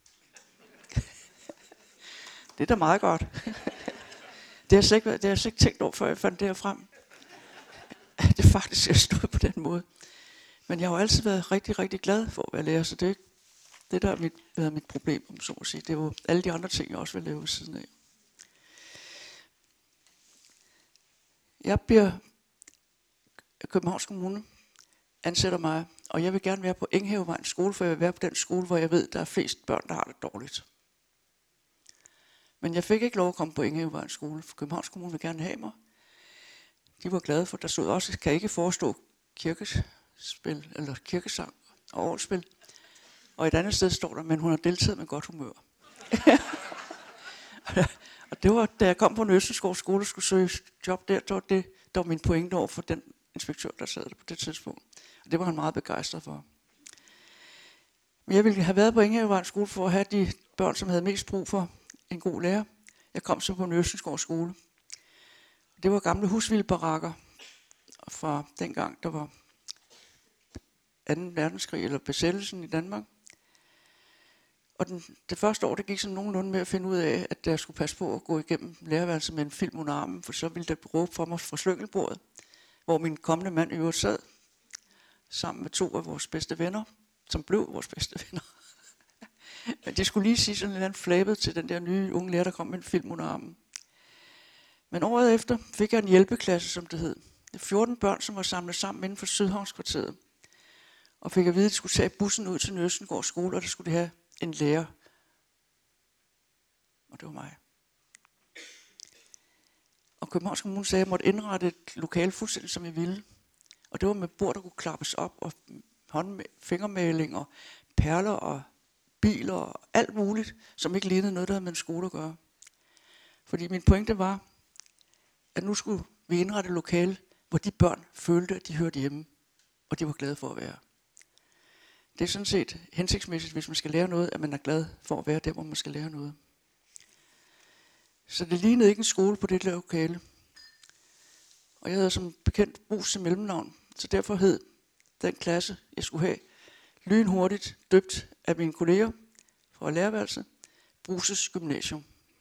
Det er da meget godt. Det har jeg slet ikke, det har jeg slet ikke tænkt over, før jeg fandt det her frem. Det faktisk er stået på den måde. Men jeg har jo altid været rigtig, rigtig glad for at være lærer, så det er ikke det, der har mit, været mit problem, om så at sige. Det er jo alle de andre ting, jeg også vil lave ved siden af. Jeg bliver Københavns Kommune ansætter mig, og jeg vil gerne være på Enghavevejens skole, for jeg vil være på den skole, hvor jeg ved, der er flest børn, der har det dårligt. Men jeg fik ikke lov at komme på Enghavevejens skole, for Københavns Kommune vil gerne have mig. De var glade for, der stod også, kan ikke forestå kirkespil, eller kirkesang og orgelspil. Og et andet sted står der, men hun har deltaget med godt humør. Og det var, da jeg kom på Nøsensgård skole og skulle søge job der, der var det, der var min pointe over for den inspektør, der sad der på det tidspunkt. Og det var han meget begejstret for. Men jeg ville have været på Enghavevejens skole for at have de børn, som havde mest brug for en god lærer. Jeg kom så på Nøsensgård skole. Det var gamle husvildebarakker fra dengang, der var anden verdenskrig eller besættelsen i Danmark. Og den, det første år, det gik sådan nogenlunde med at finde ud af, at jeg skulle passe på at gå igennem lærerværelset med en film under armen, for så ville der råbe for mig fra slyngelbordet, hvor min kommende mand i øvrigt sad, sammen med to af vores bedste venner, som blev vores bedste venner. Men de skulle lige sige sådan en eller anden flabet til den der nye unge lærer, der kom med en film under armen. Men året efter fik jeg en hjælpeklasse, som det hed. fjorten børn, som var samlet sammen inden for Sydhavnskvarteret. Og fik at vide, at de skulle tage bussen ud til Nøsensgård skole, og der skulle de have en lærer. Og det var mig. Og Københavns Kommune sagde, at jeg måtte indrette et lokale fuldstændig, som jeg ville. Og det var med bord, der kunne klappes op, og hånd- fingermaling, og perler, og biler, og alt muligt, som ikke lignede noget, der havde med en skole at gøre. Fordi min pointe var, at nu skulle vi indrette et lokale, hvor de børn følte, at de hørte hjemme, og de var glade for at være. Det er sådan set hensigtsmæssigt, hvis man skal lære noget, at man er glad for at være der, hvor man skal lære noget. Så det lignede ikke en skole på det lokale. Og jeg havde som bekendt Brugs til mellemnavn, så derfor hed den klasse, jeg skulle have, lynhurtigt døbt af mine kolleger fra lærerværelset, Brugs' Gymnasium.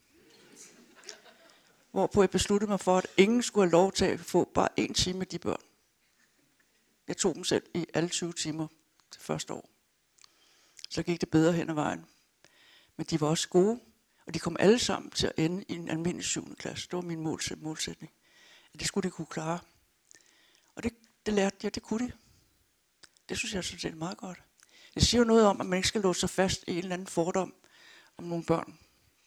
Hvorpå jeg besluttede mig for, at ingen skulle have lov til at få bare en time med de børn. Jeg tog dem selv i alle tyve timer det første år. Så gik det bedre hen ad vejen. Men de var også gode, og de kom alle sammen til at ende i en almindelig syvende klasse. Det var min målsætning. At det skulle de kunne klare. Og det, det lærte jeg, det kunne de. Det synes jeg sådan set er meget godt. Det siger jo noget om, at man ikke skal låse sig fast i en eller anden fordom om nogle børn.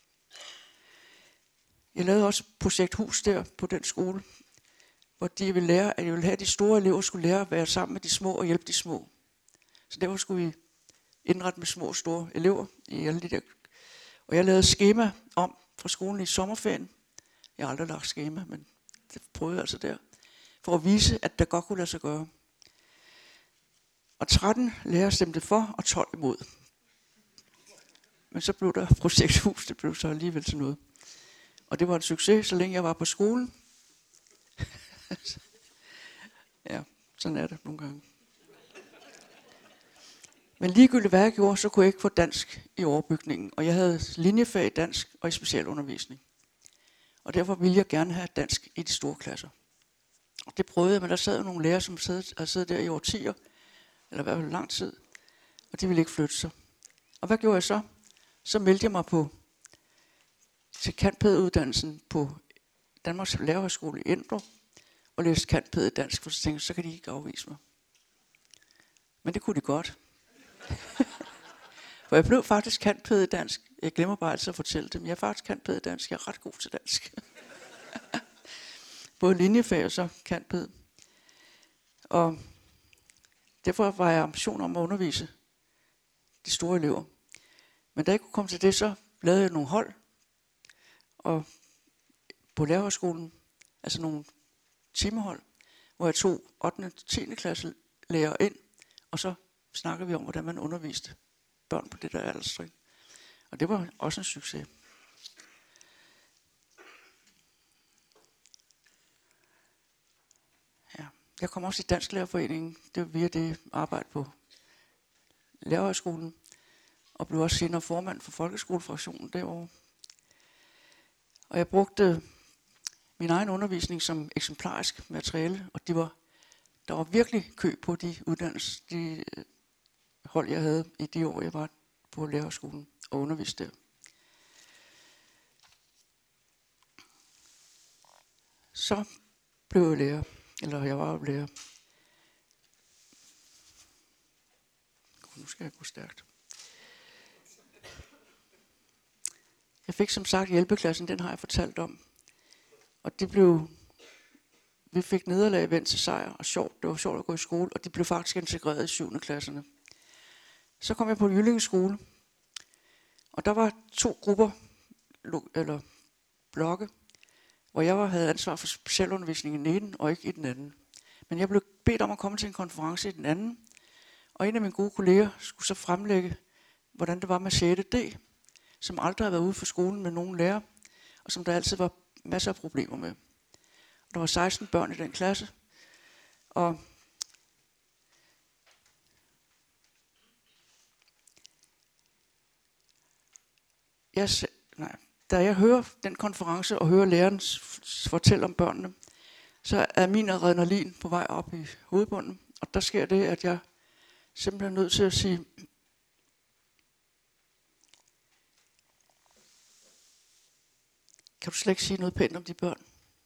Jeg lavede også projekt Hus der på den skole, hvor de ville lære, at jeg ville have, at de store elever skulle lære at være sammen med de små og hjælpe de små. Så derfor skulle vi indrette med små og store elever i alle de der. Og jeg lavede skema om fra skolen i sommerferien. Jeg har aldrig lagt skema, men det prøvede jeg altså der. For at vise, at det godt kunne lade sig gøre. Og tretten lærere stemte for, og tolv imod. Men så blev der projekthus, det blev så alligevel til noget. Og det var en succes, så længe jeg var på skolen. Ja, sådan er det nogle gange. Men ligegyldigt hvad jeg gjorde, så kunne jeg ikke få dansk i overbygningen. Og jeg havde linjefag i dansk og i specialundervisning. Og derfor ville jeg gerne have dansk i de store klasser. Og det prøvede jeg, men der sad jo nogle lærere, som havde siddet der i årtier, eller i hvert fald lang tid, og de ville ikke flytte sig. Og hvad gjorde jeg så? Så meldte jeg mig på til cand.pæd-uddannelsen på Danmarks Lærerhøjskole i Endrup, og læste cand.pæd i dansk, for så tænkte jeg, så kan de ikke afvise mig. Men det kunne de godt. For jeg blev faktisk cand.pæd i dansk. Jeg glemmer bare altid at fortælle det, men jeg er faktisk cand.pæd i dansk. Jeg er ret god til dansk. Både linjefag og så cand.pæd. Og derfor var jeg ambition om at undervise de store elever. Men da jeg kunne komme til det, så lavede jeg nogle hold. Og på lærerhøjskolen, altså nogle timehold, hvor jeg tog ottende til tiende klasse lærer ind, og så snakkede vi om, hvordan man underviste børn på det der alderstrin. Og det var også en succes. Ja. Jeg kom også i Dansk Lærerforeningen, det var via det arbejde på lærerhøjskolen, og blev også senere formand for folkeskolefraktionen derovre. Og jeg brugte min egen undervisning som eksemplarisk materiale, og det var, der var virkelig kø på de uddannelser, de hold, jeg havde i de år, jeg var på lærerskolen og underviste der. Så blev jeg lærer, eller jeg var jo lærer. Nu skal jeg gå stærkt. Jeg fik som sagt hjælpeklassen, den har jeg fortalt om. Og det blev, vi fik nederlag vendt til sejr, og sjovt, det var sjovt at gå i skole, og de blev faktisk integreret i syvende klasserne. Så kom jeg på Jyllinge skole, og der var to grupper, eller blokke, hvor jeg var, havde ansvar for specialundervisning i den ene, og ikke i den anden. Men jeg blev bedt om at komme til en konference i den anden, og en af mine gode kolleger skulle så fremlægge, hvordan det var med sjette D, som aldrig havde været ude for skolen med nogen lærer, og som der altid var masser af problemer med. Der var seksten børn i den klasse, og jeg, nej, da jeg hører den konference og hører læreren fortælle om børnene, så er min adrenalin på vej op i hovedbunden, og der sker det, at jeg simpelthen er nødt til at sige, kan du slet ikke sige noget pænt om de børn?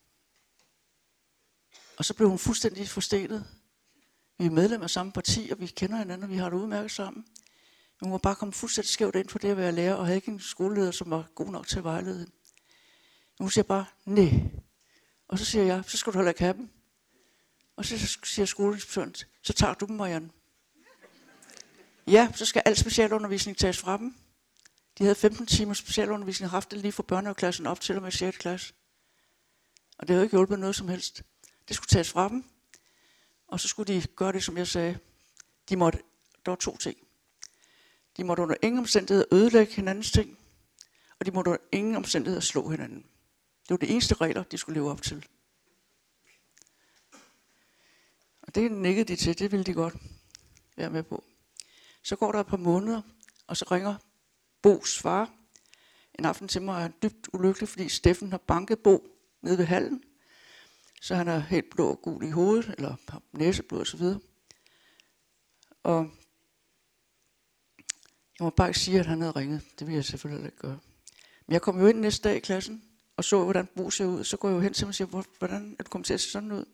Og så blev hun fuldstændig forstenet. Vi er medlemmer af samme parti, og vi kender hinanden, og vi har det udmærket sammen. Men hun var bare kommet fuldstændig skævt ind på det at være lærer, og havde ikke en skoleleder, som var god nok til at vejlede hende. Men hun siger bare, nej. Og så siger jeg, så skal du heller ikke have dem. Og så siger skoleinspektøren, så tager du dem, Marianne. Ja, så skal al specialundervisning tages fra dem. De havde femten timer specialundervisning, haft det lige fra børnehaveklassen op til og med sjette klasse. Og det havde ikke hjulpet noget som helst. Det skulle tages fra dem, og så skulle de gøre det, som jeg sagde. De måtte, der var to ting. De måtte under ingen omstændigheder ødelægge hinandens ting, og de måtte under ingen omstændigheder slå hinanden. Det var de eneste regler, de skulle leve op til. Og det nikkede de til, det ville de godt være med på. Så går der et par måneder, og så ringer Bo's far en aften til mig, og er dybt ulykkelig, fordi Steffen har banket Bo nede ved hallen. Så han er helt blå og gul i hovedet, eller har næseblod og så videre. Og jeg må bare ikke sige, at han havde ringet. Det vil jeg selvfølgelig ikke gøre. Men jeg kom jo ind næste dag i klassen, og så, hvordan Bo ser ud. Så går jeg jo hen til mig og siger, hvordan er du kommet til at se sådan ud?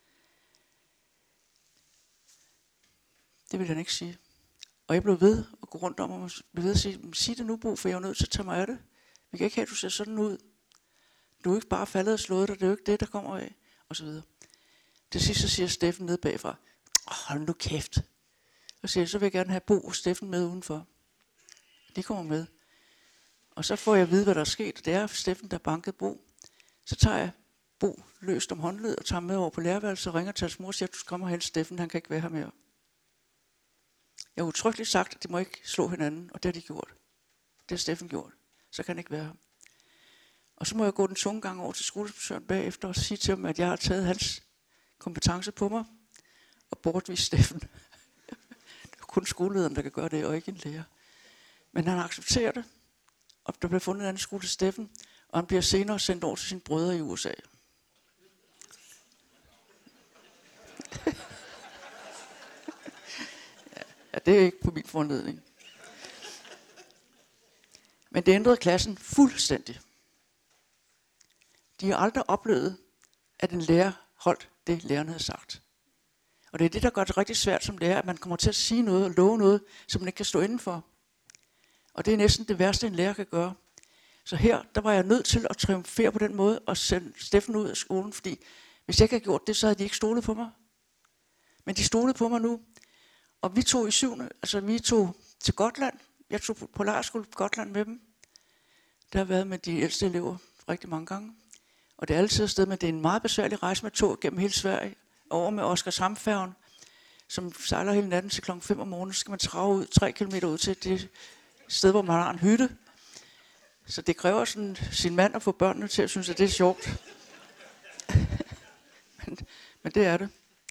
Det vil han ikke sige. Og jeg blev ved at gå rundt om og blev ved at sige, sig det nu, Bo, for jeg er nødt til at tage mig af det. Vi kan ikke have, at du ser sådan ud. Du er ikke bare faldet og slået dig, det er jo ikke det, der kommer af. Og så videre. Til sidst så siger Steffen nede bagfra, hold nu kæft. Og siger, så vil jeg gerne have Bo og Steffen med udenfor. De kommer med. Og så får jeg at vide, hvad der er sket. Det er Steffen, der bankede Bo. Så tager jeg Bo løst om håndledet og tager ham med over på lærerværelset og ringer til hans mor og siger, du skal komme og hente Steffen, han kan ikke være her mere. Jeg har utryggeligt sagt, at de må ikke slå hinanden, og det har de gjort. Det har Steffen gjort. Så kan han ikke være her. Og så må jeg gå den tunge gang over til skoleinspektøren bagefter og sige til ham, at jeg har taget hans kompetence på mig og bortvist Steffen. Det er kun skolelederen, der kan gøre det, og ikke en lærer. Men han accepterer det, og der bliver fundet en anden skole til Steffen, og han bliver senere sendt over til sine brødre i U S A. Ja, det er ikke på min foranledning. Men det ændrede klassen fuldstændig. De har aldrig oplevet, at en lærer holdt det, læreren havde sagt. Og det er det, der gør det rigtig svært som lærer, at man kommer til at sige noget og love noget, som man ikke kan stå indenfor. Og det er næsten det værste, en lærer kan gøre. Så her, der var jeg nødt til at triumfere på den måde og sende Steffen ud af skolen, fordi hvis jeg ikke havde gjort det, så havde de ikke stolet på mig. Men de stolede på mig nu. Og vi tog i syvende, altså vi tog til Gotland. Jeg tog på lejrskole på Gotland med dem. Der har været med de ældste elever rigtig mange gange. Og det er altid afsted, men det er en meget besværlig rejse med tog gennem hele Sverige. Over med Oskarshamnsfærgen, som sejler hele natten til klokken fem om morgenen. Så skal man trage ud tre kilometer ud til det sted, hvor man har en hytte. Så det kræver sådan sin mand at få børnene til at synes, at det er sjovt. men, men det er det.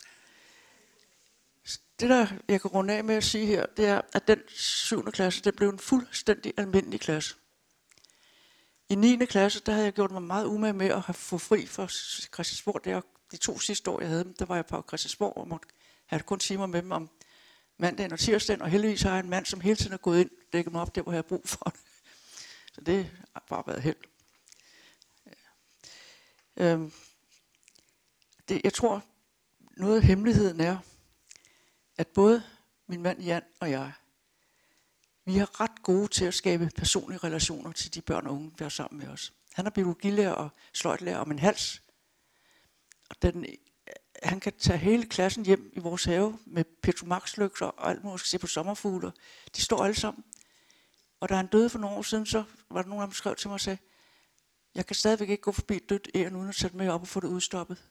Det, der jeg kan runde af med at sige her, det er, at den syvende klasse, det blev en fuldstændig almindelig klasse. I niende klasse, der havde jeg gjort mig meget umage med at have få fri for Christiansborg. Det er de to sidste år, jeg havde dem, der var jeg på Christiansborg og måtte have kun timer med dem om mandagen og tirsdagen. Og heldigvis har jeg en mand, som hele tiden er gået ind og dækket mig op der, hvor jeg har brug for det. Så det har bare været held. Ja. Øhm, det, jeg tror, noget af hemmeligheden er, at både min mand Jan og jeg, vi er ret gode til at skabe personlige relationer til de børn og unge, vi har sammen med os. Han er biologilærer og sløjtlærer om en hals. Og den, han kan tage hele klassen hjem i vores have med petromaxlygter og alt muligt, se på sommerfugler. De står alle sammen. Og da han døde for nogle år siden, så var der nogen, der skrev til mig og sagde, jeg kan stadigvæk ikke gå forbi et dødt æren uden at sætte mig op og få det udstoppet.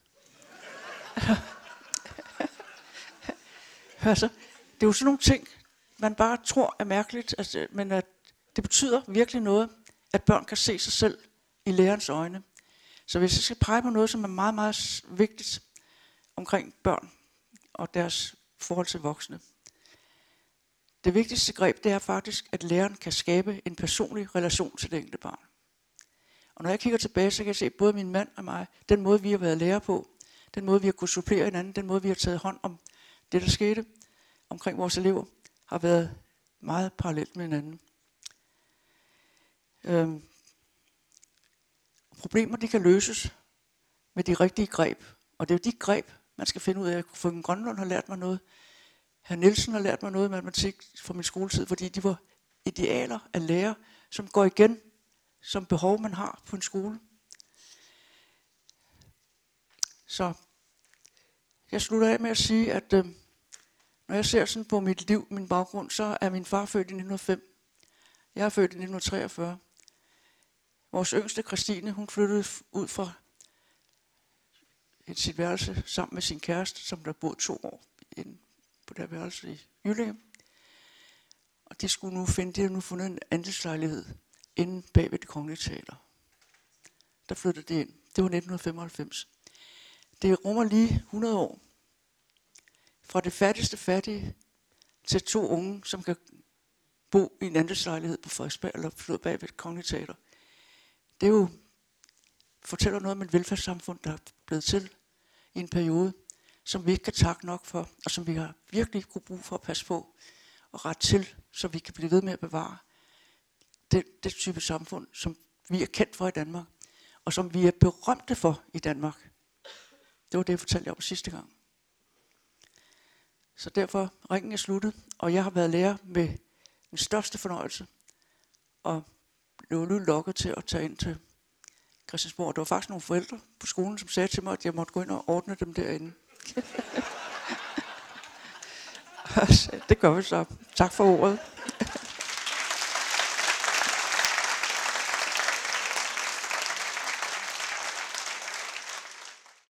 Altså, det er jo sådan nogle ting, man bare tror er mærkeligt, altså, men at det betyder virkelig noget, at børn kan se sig selv i lærerens øjne. Så hvis jeg skal pege på noget, som er meget, meget vigtigt omkring børn og deres forhold til voksne. Det vigtigste greb, det er faktisk, at læreren kan skabe en personlig relation til det enkelte barn. Og når jeg kigger tilbage, så kan jeg se både min mand og mig, den måde, vi har været lærer på, den måde, vi har kunnet supplere hinanden, den måde, vi har taget hånd om det, der skete omkring vores elever, har været meget parallelt med hinanden. Øhm. Problemer, de kan løses med de rigtige greb. Og det er jo de greb, man skal finde ud af. Frøken Grønlund har lært mig noget. Herr Nielsen har lært mig noget i matematik fra min skoletid, fordi de var idealer af lærer, som går igen som behov, man har på en skole. Så jeg slutter af med at sige, at øh, når jeg ser sådan på mit liv, min baggrund, så er min far født i nitten nul fem. Jeg er født i nitten treogfyrre. Vores yngste, Christine, hun flyttede ud fra sit værelse sammen med sin kæreste, som der boede to år inde på det værelse i Jyllinge. Og de skulle nu finde, de havde nu fundet en andelslejlighed inde bag ved Det Kongelige Teater. Der flyttede det ind. Det var nitten femoghalvfems. Det rummer lige hundrede år. Fra det fattigste fattige til to unge, som kan bo i en andelslejlighed på Frederiksberg eller flytte bag ved Det Kongelige Teater. Det er jo, fortæller noget om et velfærdssamfund, der er blevet til i en periode, som vi ikke kan takke nok for, og som vi har virkelig kunne brug for at passe på og rette til, så vi kan blive ved med at bevare det, det type samfund, som vi er kendt for i Danmark, og som vi er berømte for i Danmark. Det var det, jeg fortalte jer om sidste gang. Så derfor ringen er sluttet, og jeg har været lærer med den største fornøjelse, og blev nu lokket til at tage ind til Christiansborg. Der var faktisk nogle forældre på skolen, som sagde til mig, at jeg måtte gå ind og ordne dem derinde. Det gør vi så. Tak for ordet.